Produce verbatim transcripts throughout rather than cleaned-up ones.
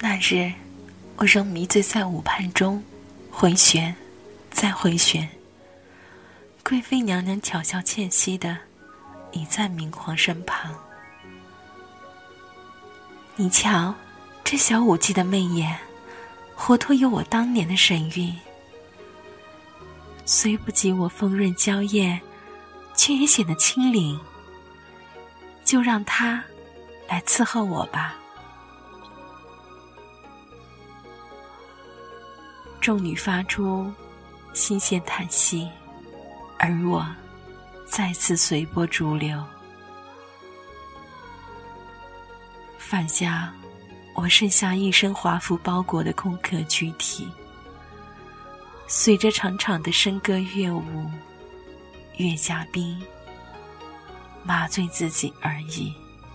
那日，我仍迷醉在舞盘中，回旋，再回旋。贵妃娘娘巧笑倩兮的倚在明皇身旁。你瞧，这小舞姬的媚眼，活脱有我当年的神韵。虽不及我丰润娇艳，却也显得清灵。就让她来伺候我吧。众女发出新鲜叹息，而我再次随波逐流。反下，我剩下一身华服包裹的空壳躯体，随着长长的笙歌乐舞，乐嘉宾麻醉自己而已。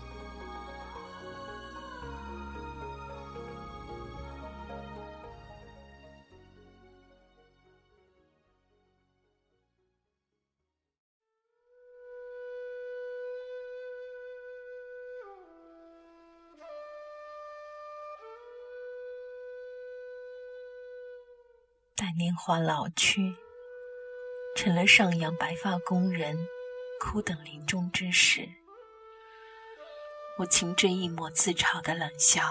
待年华老去，成了上阳白发宫人，苦等临终之时，我噙着一抹自嘲的冷笑，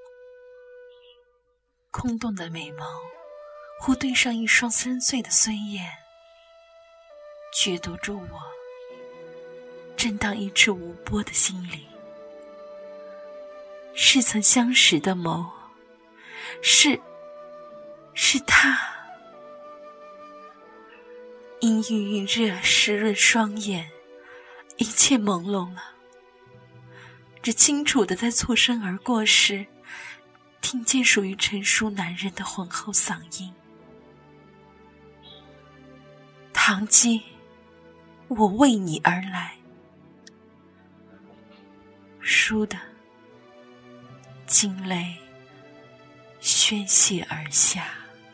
空洞的美眸忽对上一双深邃的孙眼，攫夺住我震荡一尺无波的心灵。是曾相识的眸，是是他。因郁郁热湿润双眼，一切朦胧了，只清楚地在错身而过时，听见属于成熟男人的浑厚嗓音。堂姬，我为你而来。倏地，惊泪宣泄而下。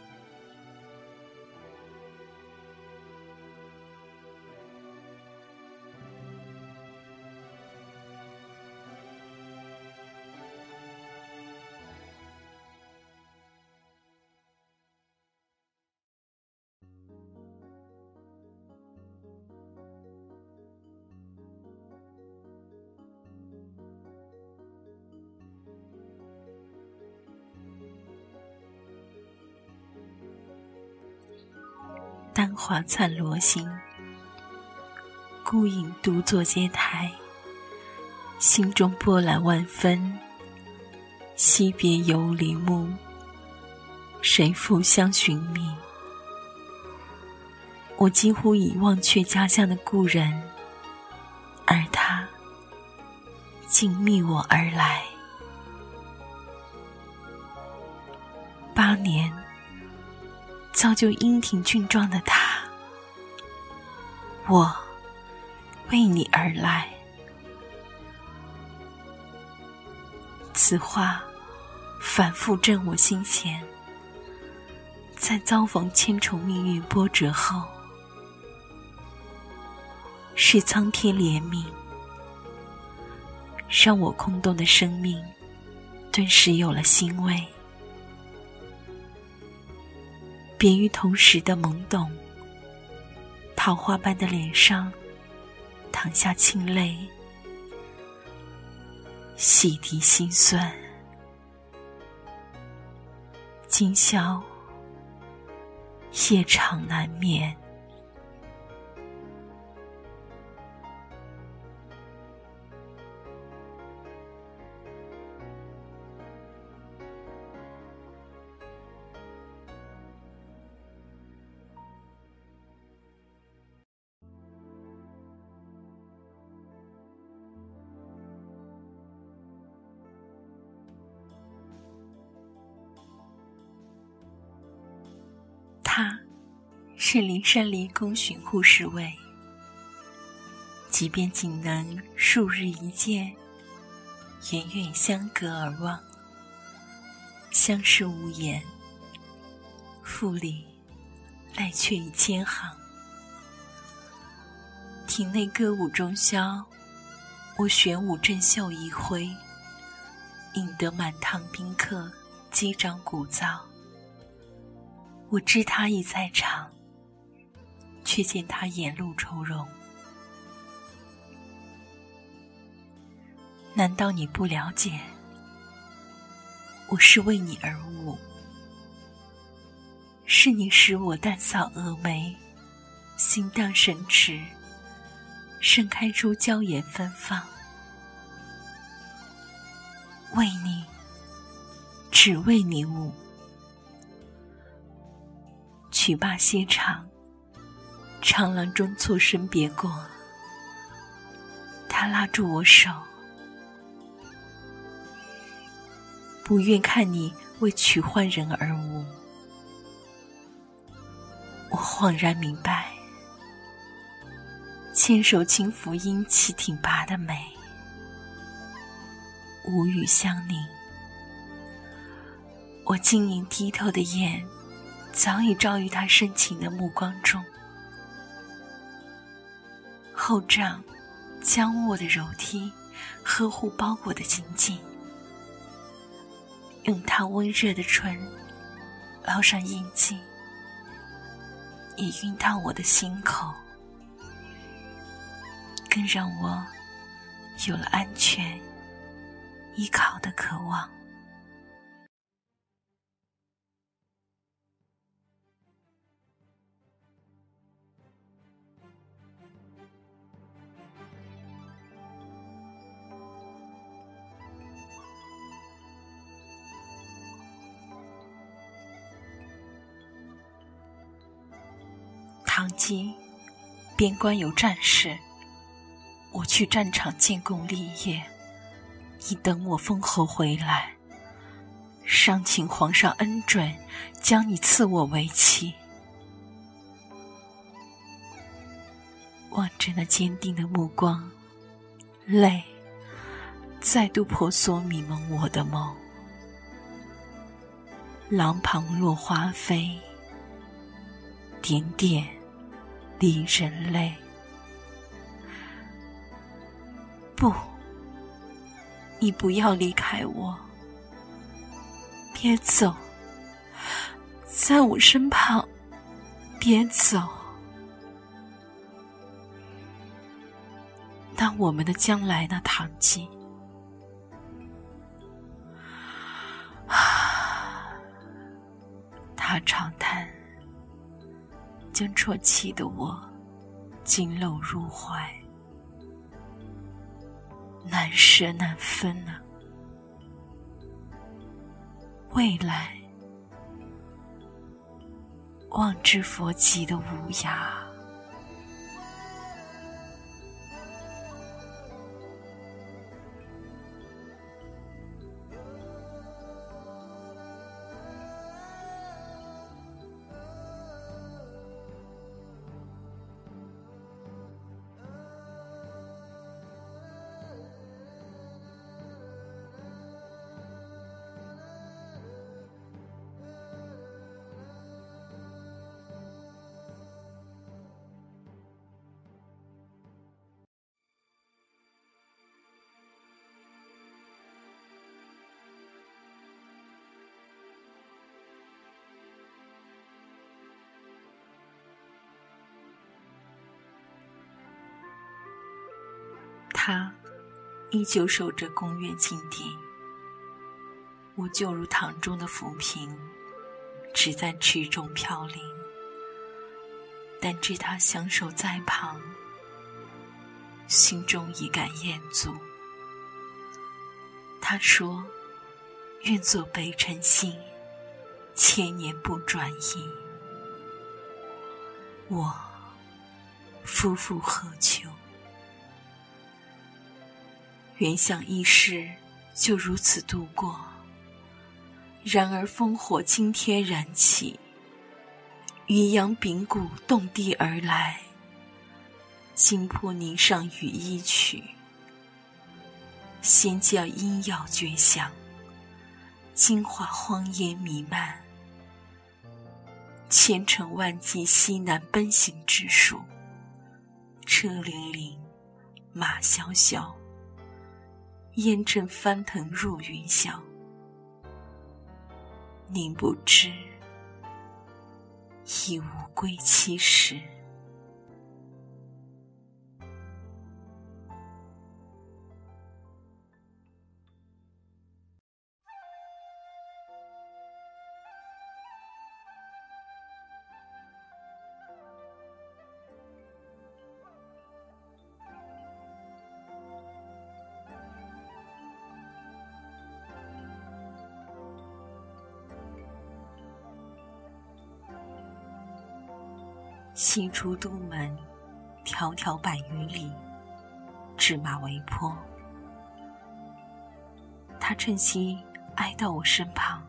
丹华灿罗星，孤影独坐阶台，心中波澜万分。惜别游离木，谁复相寻觅？我几乎已忘却家乡的故人，而他竟觅我而来。八年造就英挺俊壮的他，我为你而来。此话反复震我心弦，在遭逢千重命运波折后，是苍天怜悯，让我空洞的生命顿时有了欣慰。别于同时的懵懂，桃花般的脸上淌下清泪，洗涤心酸。今宵夜长难眠。他是灵山离宫巡护侍卫，即便仅能数日一见，远远相隔而望，相视无言，腹里泪却已千行。庭内歌舞中宵，我玄武镇袖一挥，引得满堂宾客击掌鼓噪。我知他已在场，却见他眼露愁容。难道你不了解？我是为你而舞，是你使我淡扫蛾眉，心荡神驰，盛开出娇颜芬芳。为你，只为你舞。曲罢歇场，长廊中错身别过，他拉住我手，不愿看你为取换人而舞。我恍然明白，牵手轻抚英气挺拔的美，无语相凝。我晶莹剔透的眼早已照于他深情的目光中，后掌将握的柔剔，呵护包裹的紧紧，用他温热的唇烙上印记，也晕到我的心口，更让我有了安全依靠的渴望。堂吉，边关有战事，我去战场建功立业，你等我封侯回来，尚请皇上恩准，将你赐我为妻。望着那坚定的目光，泪再度婆娑迷蒙我的梦。廊旁落花飞，点点离人泪。不，你不要离开我，别走，在我身旁，别走。当我们的将来呢，堂吉？他长叹，将啜泣的我紧搂入怀，难舍难分啊。未来，望之佛极的无涯。他依旧守着宫院禁地，我就如塘中的浮萍，只在池中飘零。但知他相守在旁，心中已感厌足。他说愿做北辰星，千年不转移。我夫复何求？原想一世就如此度过，然而烽火惊天燃起，渔阳柄鼓动地而来，金波凝上羽衣曲，仙教音摇绝响，金华荒烟弥漫，千乘万骑西南奔行之术，车辚辚，马萧萧，烟尘翻腾入云霄。 宁不知亦无归期时。西出都门，迢迢百余里，至马嵬坡。他趁机挨到我身旁。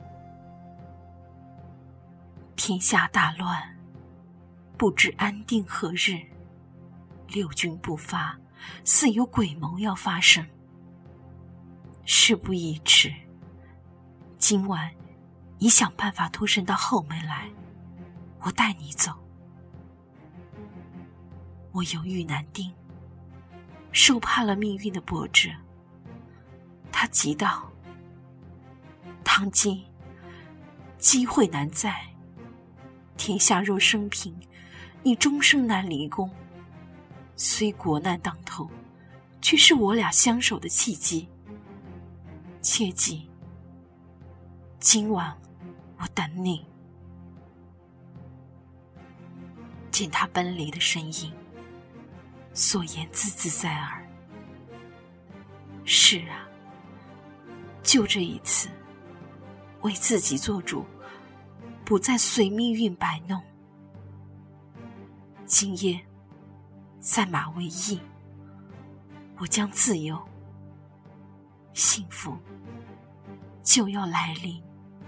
天下大乱，不知安定何日。六军不发，似有鬼谋要发生。事不宜迟，今晚你想办法脱身到后门来，我带你走。我犹豫难定，受怕了命运的波折。他急道：唐今机会难再，天下若生平，你终生难离宫。虽国难当头，却是我俩相守的契机。切记，今晚我等你。见他奔离的身影，所言字字在耳。是啊，就这一次，为自己做主，不再随命运摆弄。今夜在马嵬驿，我将自由，幸福就要来临。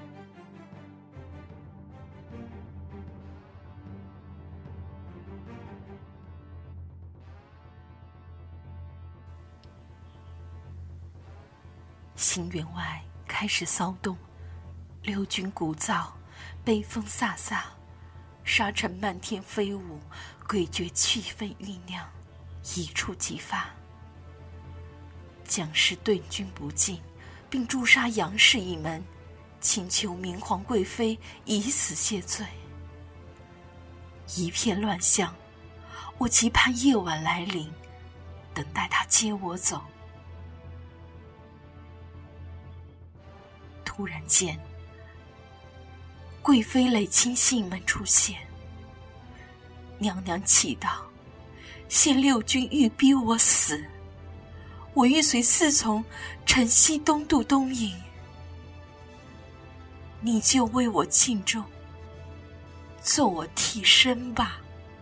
行辕外开始骚动，六军鼓噪，北风飒飒，沙尘漫天飞舞，诡谲气氛酝酿，一触即发。将士顿军不进，并诛杀杨氏一门，请求明皇贵妃以死谢罪。一片乱象，我期盼夜晚来临，等待他接我走。突然间，贵妃累亲信们出现。娘娘祈祷，现六军欲逼我死，我欲随侍从乘西东渡东瀛，你就为我庆重，做我替身吧。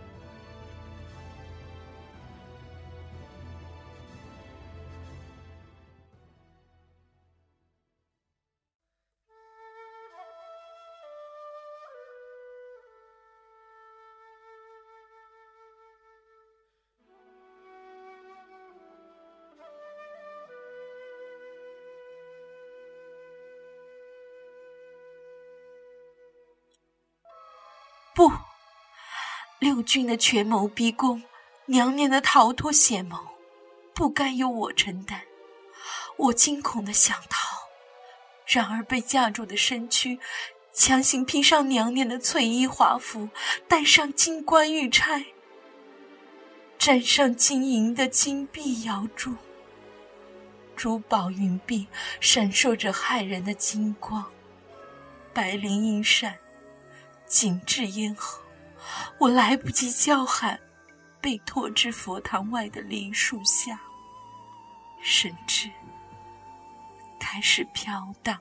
不，六军的权谋逼宫，娘娘的逃脱险谋，不该由我承担。我惊恐地想逃，然而被架住的身躯强行披上娘娘的翠衣华服，戴上金冠玉钗，沾上金银的金碧瑶珠，珠宝云鬓，闪烁着骇人的金光，白绫映闪，紧至咽喉。我来不及叫喊，被拖至佛堂外的梨树下，神智开始飘荡。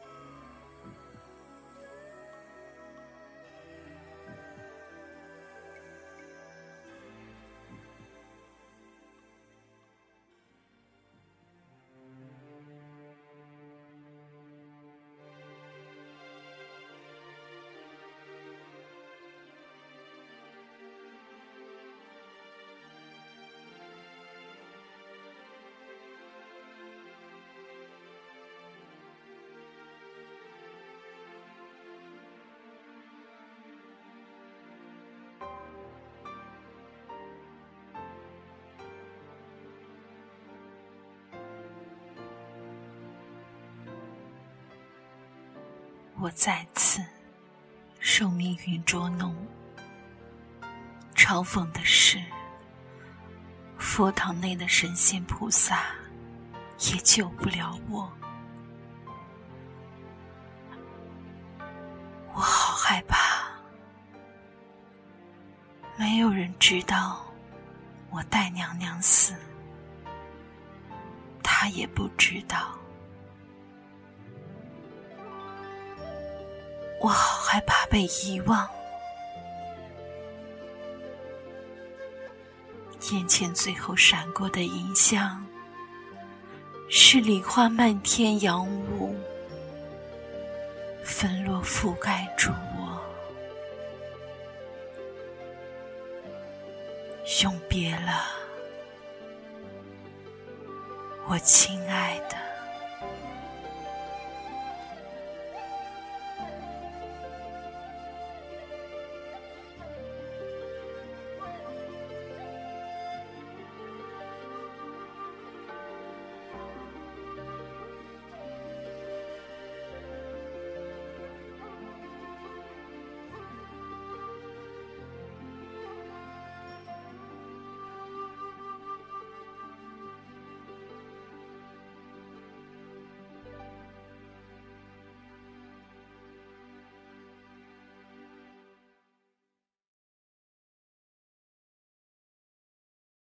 我再次受命运捉弄。嘲讽的是，佛堂内的神仙菩萨也救不了我。我好害怕，没有人知道我带娘娘死，她也不知道。我好害怕被遗忘，眼前最后闪过的影像是梨花漫天扬舞，纷落覆盖住我。永别了，我亲爱的。